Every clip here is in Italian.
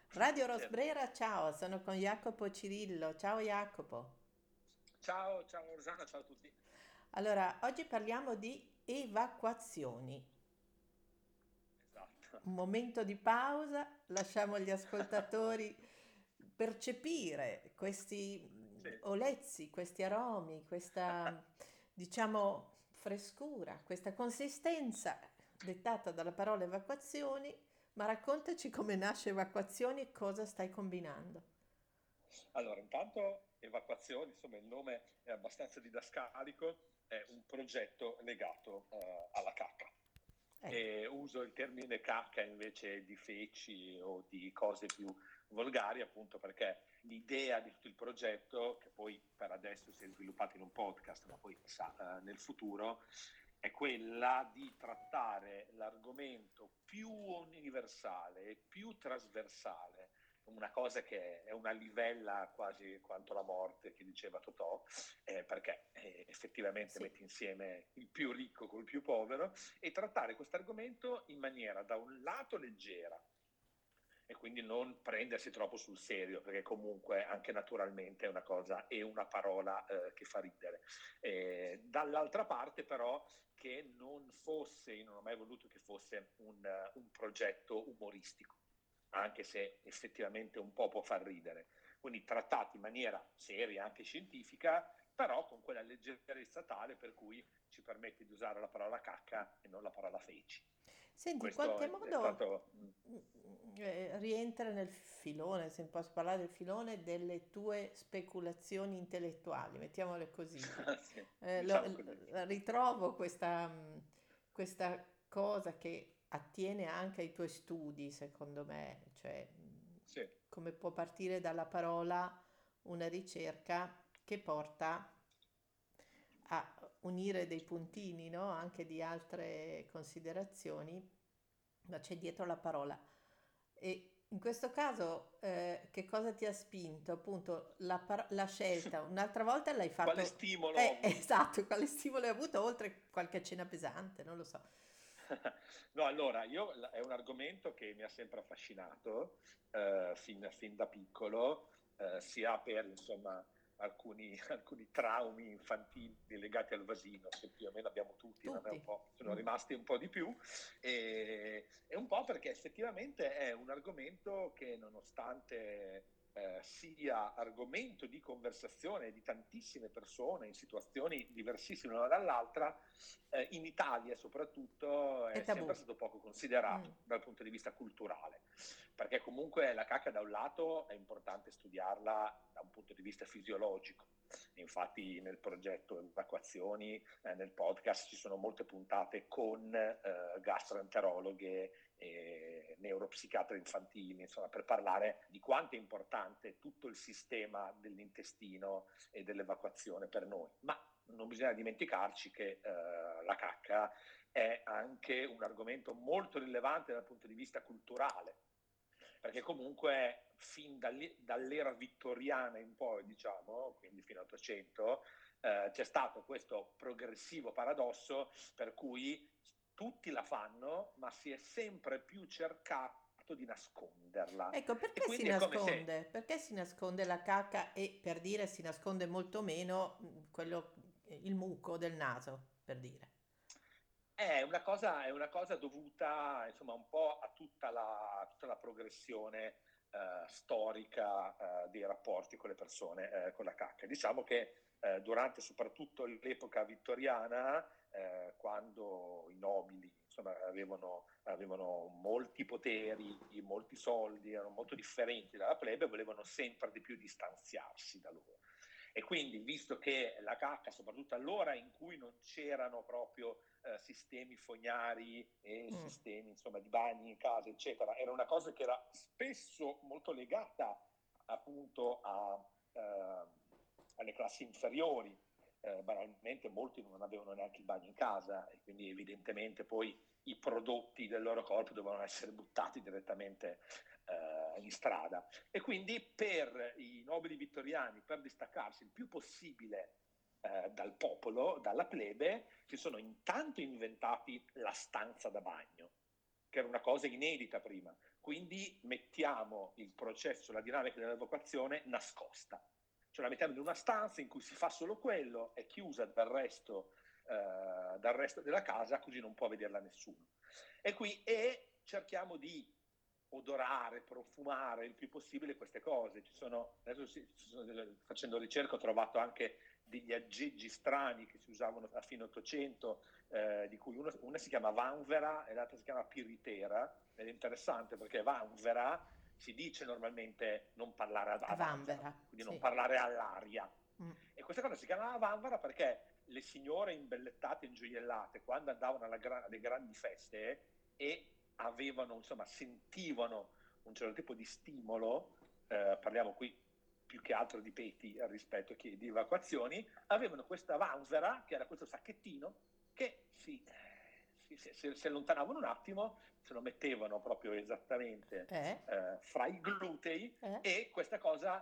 Radio Certo. Rosbrera, ciao, sono con Jacopo Cirillo. Ciao Jacopo. Ciao, ciao Rosanna, ciao a tutti. Allora, oggi parliamo di evacuazioni. Esatto. Un momento di pausa, lasciamo gli ascoltatori percepire questi Sì, olezzi, questi aromi, questa, diciamo, frescura, questa consistenza dettata dalla parola evacuazioni. Ma raccontaci come nasce evacuazioni e cosa stai combinando. allora intanto evacuazioni, insomma il nome è abbastanza didascalico, è un progetto legato alla cacca. Ecco. E uso il termine cacca invece di feci o di cose più volgari, appunto perché l'idea di tutto il progetto, che poi per adesso si è sviluppato in un podcast, ma poi chissà, nel futuro, è quella di trattare l'argomento più universale e più trasversale, una cosa che è una livella quasi quanto la morte che diceva Totò, perché effettivamente Sì. mette insieme il più ricco col più povero, e trattare questo argomento in maniera da un lato leggera e quindi non prendersi troppo sul serio, perché comunque anche naturalmente è una cosa e una parola che fa ridere. Dall'altra parte però che non fosse, io non ho mai voluto che fosse un progetto umoristico, anche se effettivamente un po' può far ridere. Quindi trattati in maniera seria, anche scientifica, però con quella leggerezza tale per cui ci permette di usare la parola cacca e non la parola feci. Senti, in Questo qualche è modo stato... rientra nel filone, se posso parlare del filone, delle tue speculazioni intellettuali, mettiamole così. sì, diciamo così. Ritrovo questa cosa che attiene anche ai tuoi studi, secondo me, cioè Sì, come può partire dalla parola una ricerca che porta a unire dei puntini, no? Anche di altre considerazioni, ma c'è dietro la parola. E in questo caso, che cosa ti ha spinto? Appunto, la scelta. Un'altra volta l'hai quale fatto. stimolo ho avuto? Esatto, quale stimolo hai avuto oltre qualche cena pesante? Non lo so. No, allora, è un argomento che mi ha sempre affascinato fin da piccolo, sia per insomma alcuni traumi infantili legati al vasino, che più o meno abbiamo tutti, ma a me un Tutti. po' sono Mm. rimasti un po' di più, e un po' perché effettivamente è un argomento che nonostante sia argomento di conversazione di tantissime persone in situazioni diversissime l'una dall'altra, in Italia soprattutto È è tabù. sempre stato poco Mm. considerato dal punto di vista culturale, perché comunque la cacca da un lato è importante studiarla da un punto di vista fisiologico. Infatti nel progetto Evacuazioni, nel podcast, ci sono molte puntate con gastroenterologhe e neuropsichiatre infantili, insomma, per parlare di quanto è importante tutto il sistema dell'intestino e dell'evacuazione per noi. Ma non bisogna dimenticarci che la cacca è anche un argomento molto rilevante dal punto di vista culturale, perché comunque dall'era vittoriana in poi, diciamo, quindi fino all'800, c'è stato questo progressivo paradosso per cui tutti la fanno, ma si è sempre più cercato di nasconderla. Ecco, E perché si quindi è come se nasconde? Perché si nasconde la cacca e per dire si nasconde molto meno il muco del naso, per dire. È una cosa dovuta insomma un po' a tutta la progressione storica dei rapporti con le persone con la cacca. Diciamo che durante soprattutto l'epoca vittoriana, quando i nobili insomma, avevano molti poteri, molti soldi, erano molto differenti dalla plebe, volevano sempre di più distanziarsi da loro. E quindi, visto che la cacca, soprattutto allora in cui non c'erano proprio sistemi fognari e Mm. sistemi insomma, di bagni in casa, eccetera, era una cosa che era spesso molto legata appunto alle classi inferiori. Banalmente molti non avevano neanche il bagno in casa e quindi evidentemente poi i prodotti del loro corpo dovevano essere buttati direttamente in strada. E quindi per i nobili vittoriani, per distaccarsi il più possibile dal popolo, dalla plebe, si sono intanto inventati la stanza da bagno, che era una cosa inedita prima. quindi mettiamo il processo, la dinamica dell'evocazione nascosta, cioè la mettiamo in una stanza in cui si fa solo quello, è chiusa dal resto della casa, così non può vederla nessuno. E cerchiamo di odorare, profumare il più possibile queste cose. Facendo ricerca ho trovato anche degli aggeggi strani che si usavano a fine Ottocento, di cui una si chiama vanvera e l'altra si chiama piritera, ed è interessante perché vanvera si dice normalmente non parlare a vanvera, Vanvera, quindi non sì. parlare all'aria. Mm. E questa cosa si chiamava vanvera perché le signore imbellettate, ingioiellate, quando andavano alle grandi feste e avevano, insomma, sentivano un certo tipo di stimolo, parliamo qui più che altro di peti rispetto che di evacuazioni, avevano questa vanvera, che era questo sacchettino, che si allontanavano un attimo, se lo mettevano proprio esattamente Eh? fra i glutei, Eh? e questa cosa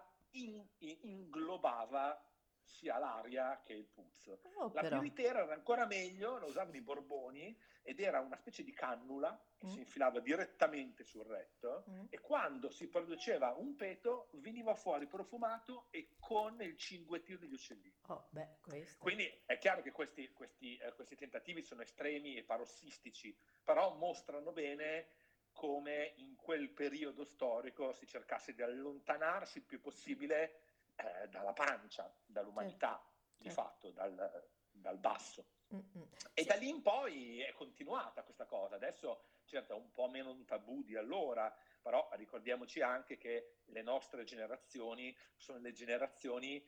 inglobava sia l'aria che il puzzo. Oh, La però. piritera era ancora meglio, la usavano i Borboni, ed era una specie di cannula che Mm. si infilava direttamente sul retto, Mm. e quando si produceva un peto veniva fuori profumato e con il cinguettio degli uccellini. Oh, beh, questo. Quindi è chiaro che questi tentativi sono estremi e parossistici, però mostrano bene come in quel periodo storico si cercasse di allontanarsi il più possibile dalla pancia, Certo, dall'umanità, di certo. fatto, dal basso. Mm-mm. E Sì. da lì in poi è continuata questa cosa. Adesso, certo, è un po' meno un tabù di allora, però ricordiamoci anche che le nostre generazioni sono le generazioni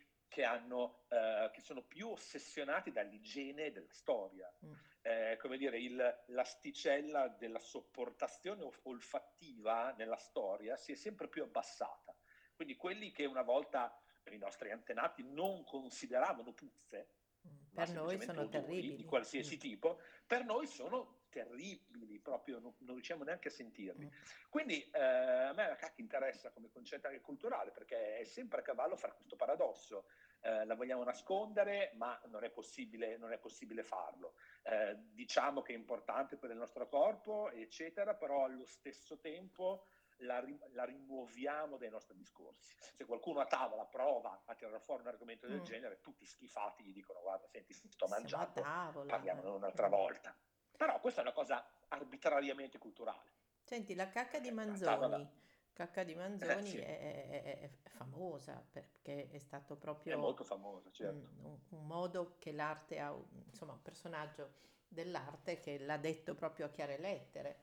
che sono più ossessionati dall'igiene e della storia. Mm. Come dire, l'asticella della sopportazione olfattiva nella storia si è sempre più abbassata. Quindi quelli che una volta i nostri antenati non consideravano puzze, ma Per noi semplicemente sono odori di terribili. qualsiasi tipo, per noi sono terribili, proprio non riusciamo neanche a sentirli. Mm. Quindi a me la cacca interessa come concetto anche culturale, perché è sempre a cavallo fra questo paradosso. La vogliamo nascondere, ma non è possibile farlo. Diciamo che è importante per il nostro corpo, eccetera, però allo stesso tempo la rimuoviamo dai nostri discorsi. Se qualcuno a tavola prova a tirare fuori un argomento del genere, tutti schifati gli dicono: guarda, senti, sto Siamo a mangiando, tavola. parliamone un'altra volta. Però questa è una cosa arbitrariamente culturale. Senti, la cacca di Perché a Manzoni. tavola, Cacca di Manzoni sì, è famosa perché è stato è proprio molto famosa, certo. un modo che l'arte ha, insomma, un personaggio dell'arte che l'ha detto proprio a chiare lettere.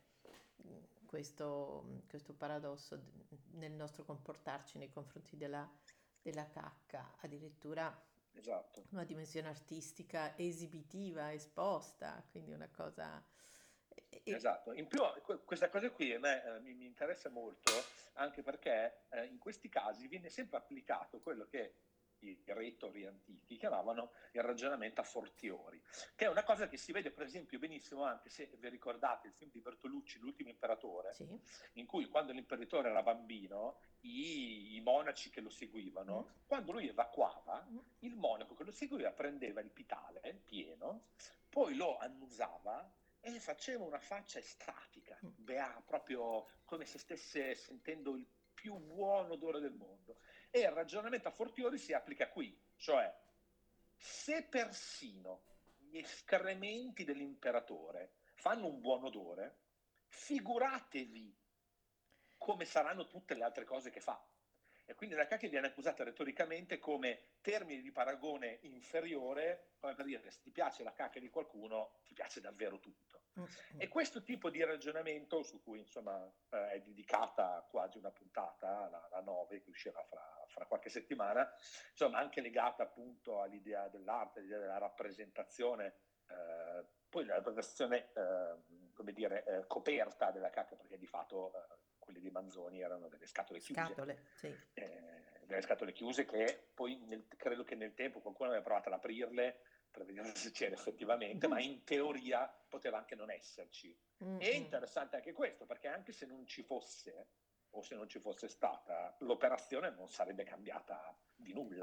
Questo paradosso nel nostro comportarci nei confronti della cacca, addirittura Esatto. una dimensione artistica esibitiva, esposta, quindi una cosa... Esatto, in più questa cosa qui a me mi interessa molto, anche perché in questi casi viene sempre applicato quello che i retori antichi chiamavano il ragionamento a fortiori, che è una cosa che si vede per esempio benissimo anche se vi ricordate il film di Bertolucci, L'ultimo imperatore, Sì. in cui quando l'imperatore era bambino i monaci che lo Mm? seguivano, quando lui evacuava, Mm? il monaco che lo seguiva prendeva il pitale pieno, poi lo annusava e faceva una faccia estatica, proprio come se stesse sentendo il più buon odore del mondo. E il ragionamento a fortiori si applica qui, cioè se persino gli escrementi dell'imperatore fanno un buon odore, figuratevi come saranno tutte le altre cose che fa. E quindi la cacchia viene accusata retoricamente come termine di paragone inferiore, come per dire, se ti piace la cacca di qualcuno, ti piace davvero tutto. E questo tipo di ragionamento, su cui insomma è dedicata quasi una puntata, la 9, che uscirà fra qualche settimana, insomma anche legata appunto all'idea dell'arte, all'idea della rappresentazione, poi la rappresentazione, come dire, coperta della cacca, perché di fatto quelle di Manzoni erano delle scatole chiuse. Scatole, sì. Delle scatole chiuse che poi credo che nel tempo qualcuno aveva provato ad aprirle per vedere se c'era effettivamente, ma in teoria poteva anche non esserci. E è interessante anche questo, perché anche se non ci fosse, o se non ci fosse stata, l'operazione non sarebbe cambiata di nulla.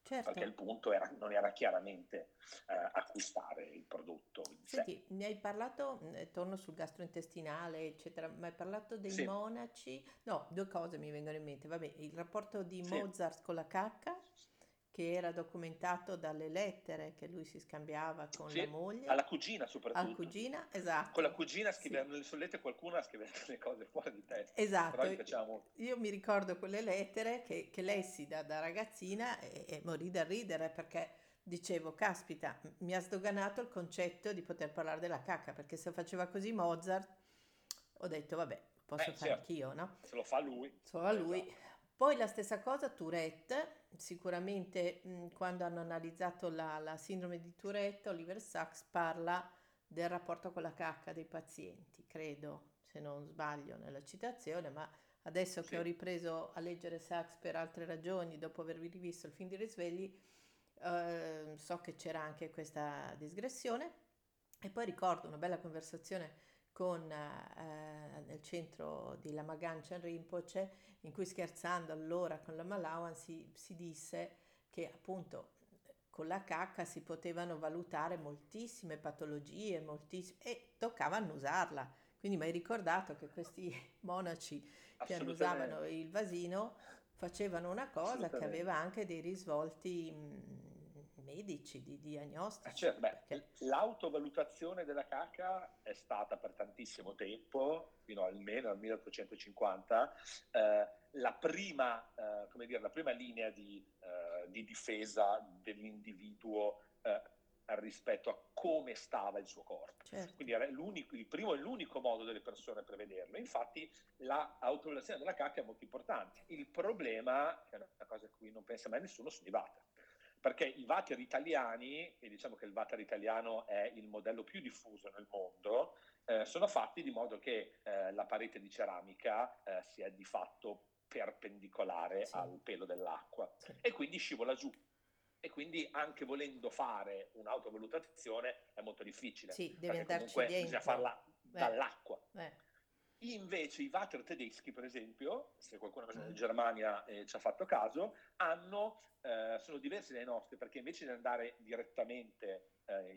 certo. perché il punto non era chiaramente acquistare il prodotto in sé. Senti, mi hai parlato, torno sul gastrointestinale, eccetera, ma hai parlato dei Sì, monaci? No, due cose mi vengono in mente. Vabbè, il rapporto di sì, Mozart con la cacca, che era documentato dalle lettere che lui si scambiava con la sì, moglie, alla cugina al soprattutto. cugina, Con la esatto, cugina sì. scriveva nelle sollette, qualcuno scriveva delle cose fuori di testa, Esatto, però gli piaceva molto. io mi ricordo quelle lettere che lessi da ragazzina e morì da ridere perché dicevo, caspita, mi ha sdoganato il concetto di poter parlare della cacca, perché se faceva così Mozart, ho detto, vabbè, posso fare Certo, anch'io, no? se lo fa lui, Solo a lui. esatto. Poi la stessa cosa Tourette, sicuramente quando hanno analizzato la sindrome di Tourette, Oliver Sacks parla del rapporto con la cacca dei pazienti, credo, se non sbaglio nella citazione, ma adesso che ho Sì, ripreso a leggere Sacks per altre ragioni, dopo avervi rivisto il film di Risvegli, so che c'era anche questa digressione. E poi ricordo una bella conversazione con, nel centro di Lama Ganchen Rinpoche, in cui scherzando allora con la Malawan si disse che appunto con la cacca si potevano valutare moltissime patologie, e toccava annusarla. Quindi mi hai ricordato che questi monaci che annusavano assolutamente, il vasino facevano una cosa che aveva assolutamente. anche dei risvolti medici, di diagnostici, Certo, beh, perché l'autovalutazione della cacca è stata per tantissimo tempo, fino almeno al 1850, la prima, come dire, la prima linea di difesa dell'individuo rispetto a come stava il suo corpo. certo, Quindi era il primo e l'unico modo delle persone per vederlo. Infatti l'autovalutazione della cacca è molto importante. Il problema, che è una cosa a cui non pensa mai nessuno, sono i water, perché i water italiani, e diciamo che il water italiano è il modello più diffuso nel mondo, sono fatti di modo che la parete di ceramica sia di fatto perpendicolare sì, al pelo dell'acqua sì. e quindi scivola giù. E quindi anche volendo fare un'autovalutazione è molto difficile, Sì, devi perché andarci comunque bisogna dentro. farla Eh, dall'acqua. eh. Invece i water tedeschi, per esempio, se qualcuno in Mm. Germania ci ha fatto caso, sono diversi dai nostri, perché invece di andare direttamente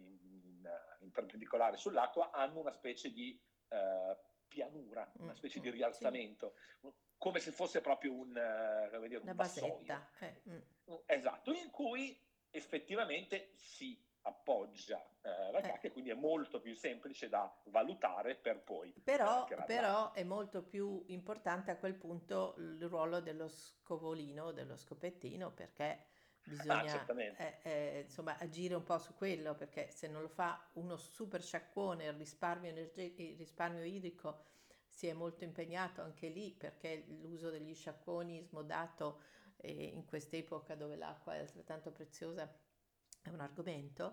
in perpendicolare sull'acqua, hanno una specie di pianura, una specie di Sì, rialzamento, come se fosse proprio come dire, una un vassoio. basetta. Esatto, in cui effettivamente si appoggia la Eh. cacca e quindi è molto più semplice da valutare per poi tirare l'acqua. Però è molto più importante a quel punto il ruolo dello scovolino, dello scopettino, perché Ah, bisogna certamente. insomma agire un po' su quello, perché se non lo fa uno super sciacquone, il risparmio idrico si è molto impegnato anche lì, perché l'uso degli sciacquoni smodato in quest'epoca dove l'acqua è altrettanto preziosa è un argomento.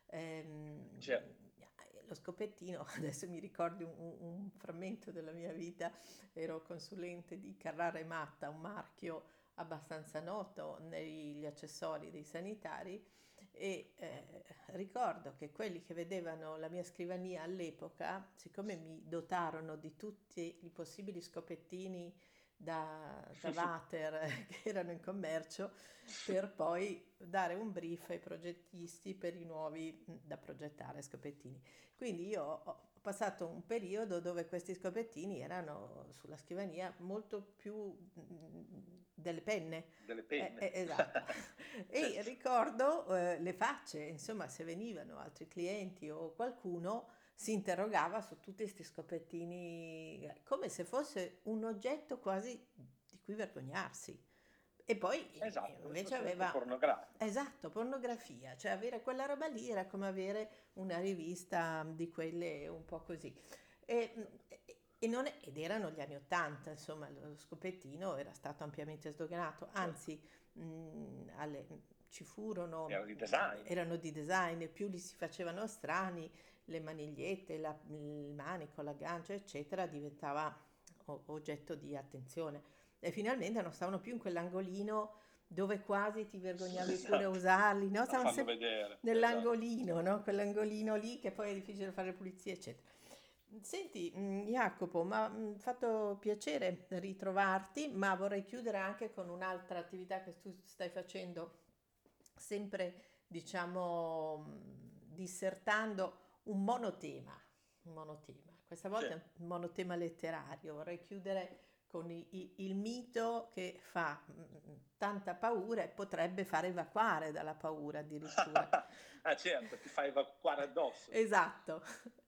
Cioè, Lo scopettino, adesso mi ricordi un frammento della mia vita, ero consulente di Carrara e Matta, un marchio abbastanza noto negli accessori dei sanitari e ricordo che quelli che vedevano la mia scrivania all'epoca, siccome mi dotarono di tutti i possibili scopettini da water che erano in commercio, per poi dare un brief ai progettisti per i nuovi da progettare scopettini. Quindi io ho passato un periodo dove questi scopettini erano sulla scrivania molto più delle penne. delle penne. Esatto. Cioè, E ricordo le facce, insomma, se venivano altri clienti o qualcuno si interrogava su tutti questi scopettini come se fosse un oggetto quasi di cui vergognarsi. E poi esatto, invece assolutamente aveva, pornografico. esatto, pornografia, cioè avere quella roba lì era come avere una rivista di quelle un po' così. Ed erano gli anni Ottanta, insomma, lo scopettino era stato ampiamente sdoganato, Certo. anzi, ci furono, Era di design. erano di design, e più li si facevano strani, le manigliette, il manico, l'aggancio, eccetera, diventava oggetto di attenzione. E finalmente non stavano più in quell'angolino dove quasi ti vergognavi pure a Esatto. usarli, no? A Stavano farlo sempre vedere. Esatto. nell'angolino, no? Quell'angolino lì che poi è difficile fare pulizia, eccetera. Senti, Jacopo, mi ha fatto piacere ritrovarti, ma vorrei chiudere anche con un'altra attività che tu stai facendo sempre, diciamo, dissertando un monotema. Questa Sì. volta è un monotema letterario. Vorrei chiudere con il mito che fa tanta paura e potrebbe far evacuare dalla paura addirittura. Ah, certo, ti fai evacuare addosso. Esatto.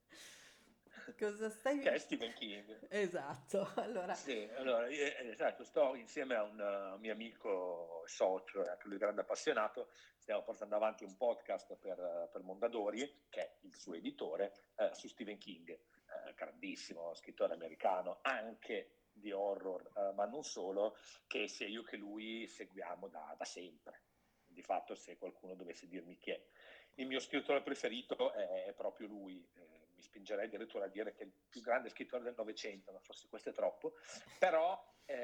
Cosa Che è stai... Stephen King. Esatto. Allora, Sì, allora, esatto, sto insieme a un mio amico socio, e anche lui grande appassionato, stiamo portando avanti un podcast per Mondadori, che è il suo editore, su Stephen King, grandissimo scrittore americano, anche di horror, ma non solo, che sia io che lui seguiamo da sempre. Di fatto, se qualcuno dovesse dirmi chi è il mio scrittore preferito, è proprio lui. Mi spingerei addirittura a dire che è il più grande scrittore del Novecento, ma forse questo è troppo. Però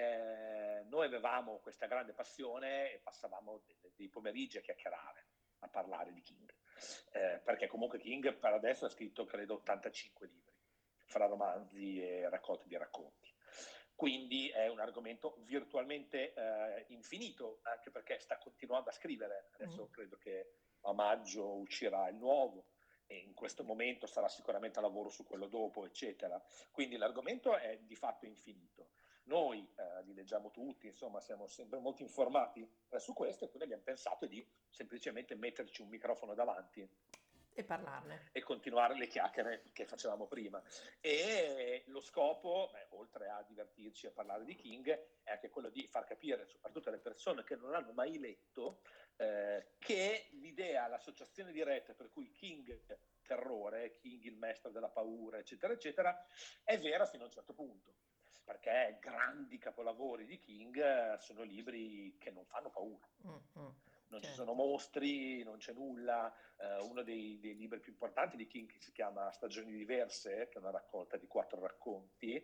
noi avevamo questa grande passione e passavamo dei pomeriggi a chiacchierare, a parlare di King. Perché comunque King per adesso ha scritto credo 85 libri, fra romanzi e raccolte di racconti. Quindi è un argomento virtualmente infinito, anche perché sta continuando a scrivere. Adesso credo che a maggio uscirà il nuovo e in questo momento sarà sicuramente a lavoro su quello dopo, eccetera. Quindi l'argomento è di fatto infinito. Noi li leggiamo tutti, insomma, siamo sempre molto informati su questo e quindi abbiamo pensato di semplicemente metterci un microfono davanti e parlarne. e continuare le chiacchiere che facevamo prima. E lo scopo, oltre a divertirci a parlare di King, è anche quello di far capire, soprattutto alle persone che non hanno mai letto, che l'idea, l'associazione diretta per cui King terrore, King il maestro della paura, eccetera, eccetera, è vera fino a un certo punto. Perché grandi capolavori di King sono libri che non fanno paura. Non ci sono mostri, non c'è nulla. Uno dei libri più importanti di King si chiama Stagioni diverse, che è una raccolta di 4 racconti.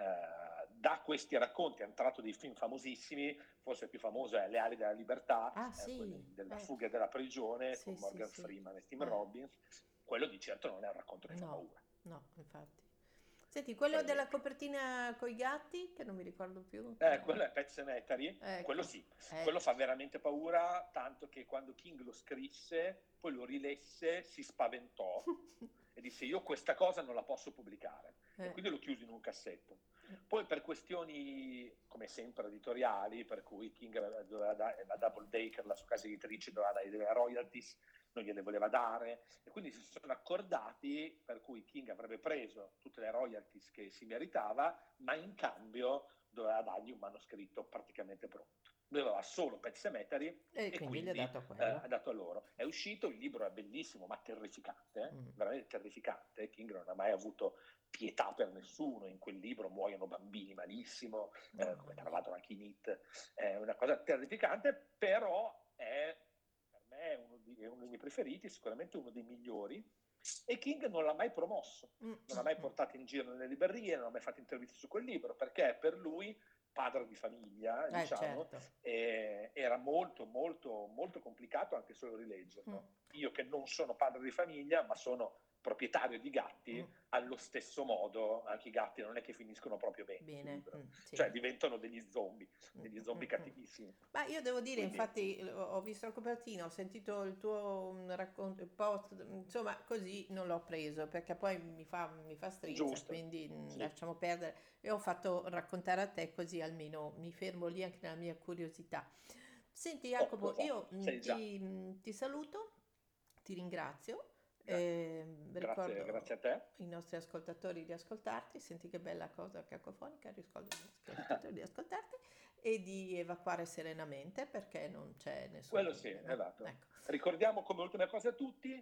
Da questi racconti hanno tratto dei film famosissimi, forse il più famoso è Le ali della libertà, quello della fuga della prigione, con Morgan Freeman e Tim Robbins. Quello di certo non è un racconto che fa paura. No, infatti. Senti, quello della copertina coi gatti, che non mi ricordo più. Quello è Pet Sematary, ecco, quello sì, quello fa veramente paura, tanto che quando King lo scrisse, poi lo rilesse, si spaventò e disse io questa cosa non la posso pubblicare, e quindi lo chiusi in un cassetto. Poi per questioni, come sempre, editoriali, per cui King doveva dare la Double Daker, la sua casa editrice, doveva dare delle royalties, non gliele voleva dare, e quindi si sono accordati per cui King avrebbe preso tutte le royalties che si meritava, ma in cambio doveva dargli un manoscritto praticamente pronto. Lui aveva solo Pet Sematary e quindi ha dato a loro. È uscito, il libro è bellissimo ma terrificante, veramente terrificante. King non ha mai avuto pietà per nessuno, in quel libro muoiono bambini malissimo, come tra l'altro anche in It. È una cosa terrificante, però è per me uno dei miei preferiti, sicuramente uno dei migliori. E King non l'ha mai promosso, non l'ha mai portato in giro nelle librerie, non ha mai fatto interviste su quel libro, perché per lui, padre di famiglia, diciamo, era molto, molto, molto complicato anche solo rileggerlo. Io che non sono padre di famiglia, ma sono proprietario di gatti, allo stesso modo anche i gatti non è che finiscono proprio bene, cioè diventano degli zombie cattivissimi. Ma io devo dire, infatti, ho visto la copertina, ho sentito il tuo racconto, post, insomma, così non l'ho preso perché poi mi fa strizza, Giusto. quindi lasciamo perdere. E ho fatto raccontare a te, così almeno mi fermo lì anche nella mia curiosità. Senti, Jacopo, io ti saluto, ti ringrazio. Ricordo grazie a te. ai nostri ascoltatori di ascoltarti, senti che bella cosa cacofonica, ricordo agli ascoltatori di ascoltarti e di evacuare serenamente perché non c'è nessuno. Quello sì, esatto. Ecco. Ricordiamo come ultima cosa a tutti,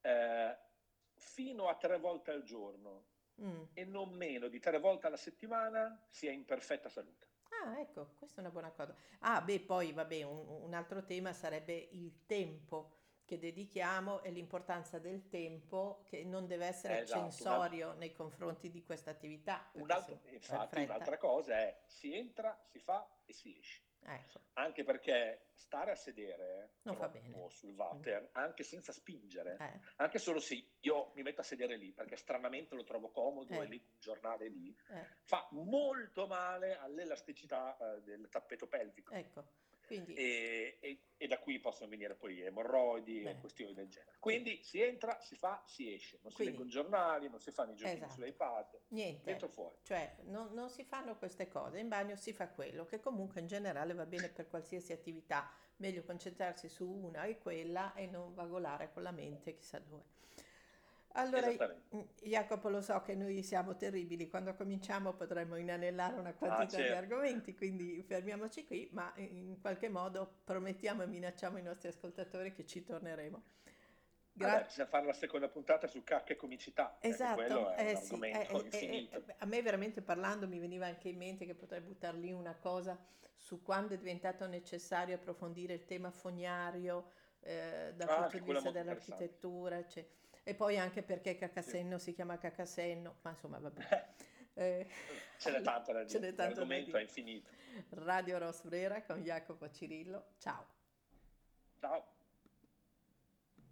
fino a 3 volte al giorno e non meno di 3 volte alla settimana si è in perfetta salute. Ah, ecco, questa è una buona cosa. Ah, beh, poi vabbè, un altro tema sarebbe il tempo che dedichiamo e l'importanza del tempo che non deve essere accensorio nei confronti di questa attività. Infatti un'altra cosa è si entra, si fa e si esce. Ecco. Anche perché stare a sedere non fa bene sul water, anche senza spingere, anche solo se io mi metto a sedere lì, perché stranamente lo trovo comodo e leggo un giornale lì, fa molto male all'elasticità del tappeto pelvico. Ecco. Quindi, e da qui possono venire poi emorroidi e beh, questioni del genere. sì. Quindi si entra, si fa, si esce, non si Quindi, leggono giornali, non si fanno i giochini esatto. sull'iPad, dentro Niente, fuori. cioè non si fanno queste cose, in bagno si fa quello, che comunque in generale va bene per qualsiasi attività, meglio concentrarsi su una e quella e non vagolare con la mente chissà dove. Allora, Esattamente. Jacopo, lo so che noi siamo terribili, quando cominciamo potremmo inanellare una Ah, quantità di certo. argomenti, quindi fermiamoci qui, ma in qualche modo promettiamo e minacciamo ai nostri ascoltatori che ci torneremo. Vabbè, Grazie. bisogna fare la seconda puntata su cacca e comicità, perché quello Esatto, è un sì, argomento infinito. a me veramente parlando mi veniva anche in mente che potrei buttar lì una cosa su quando è diventato necessario approfondire il tema fognario dal Ah, punto anche di quello è vista molto interessante. dell'architettura, e poi anche perché Sì. Cacassenno si chiama Cacassenno, ma insomma vabbè. Eh, Ce n'è tanto da ce dire, n'è tanto da l'argomento è dire. infinito. Radio Rosbrera con Jacopo Cirillo, ciao. Ciao.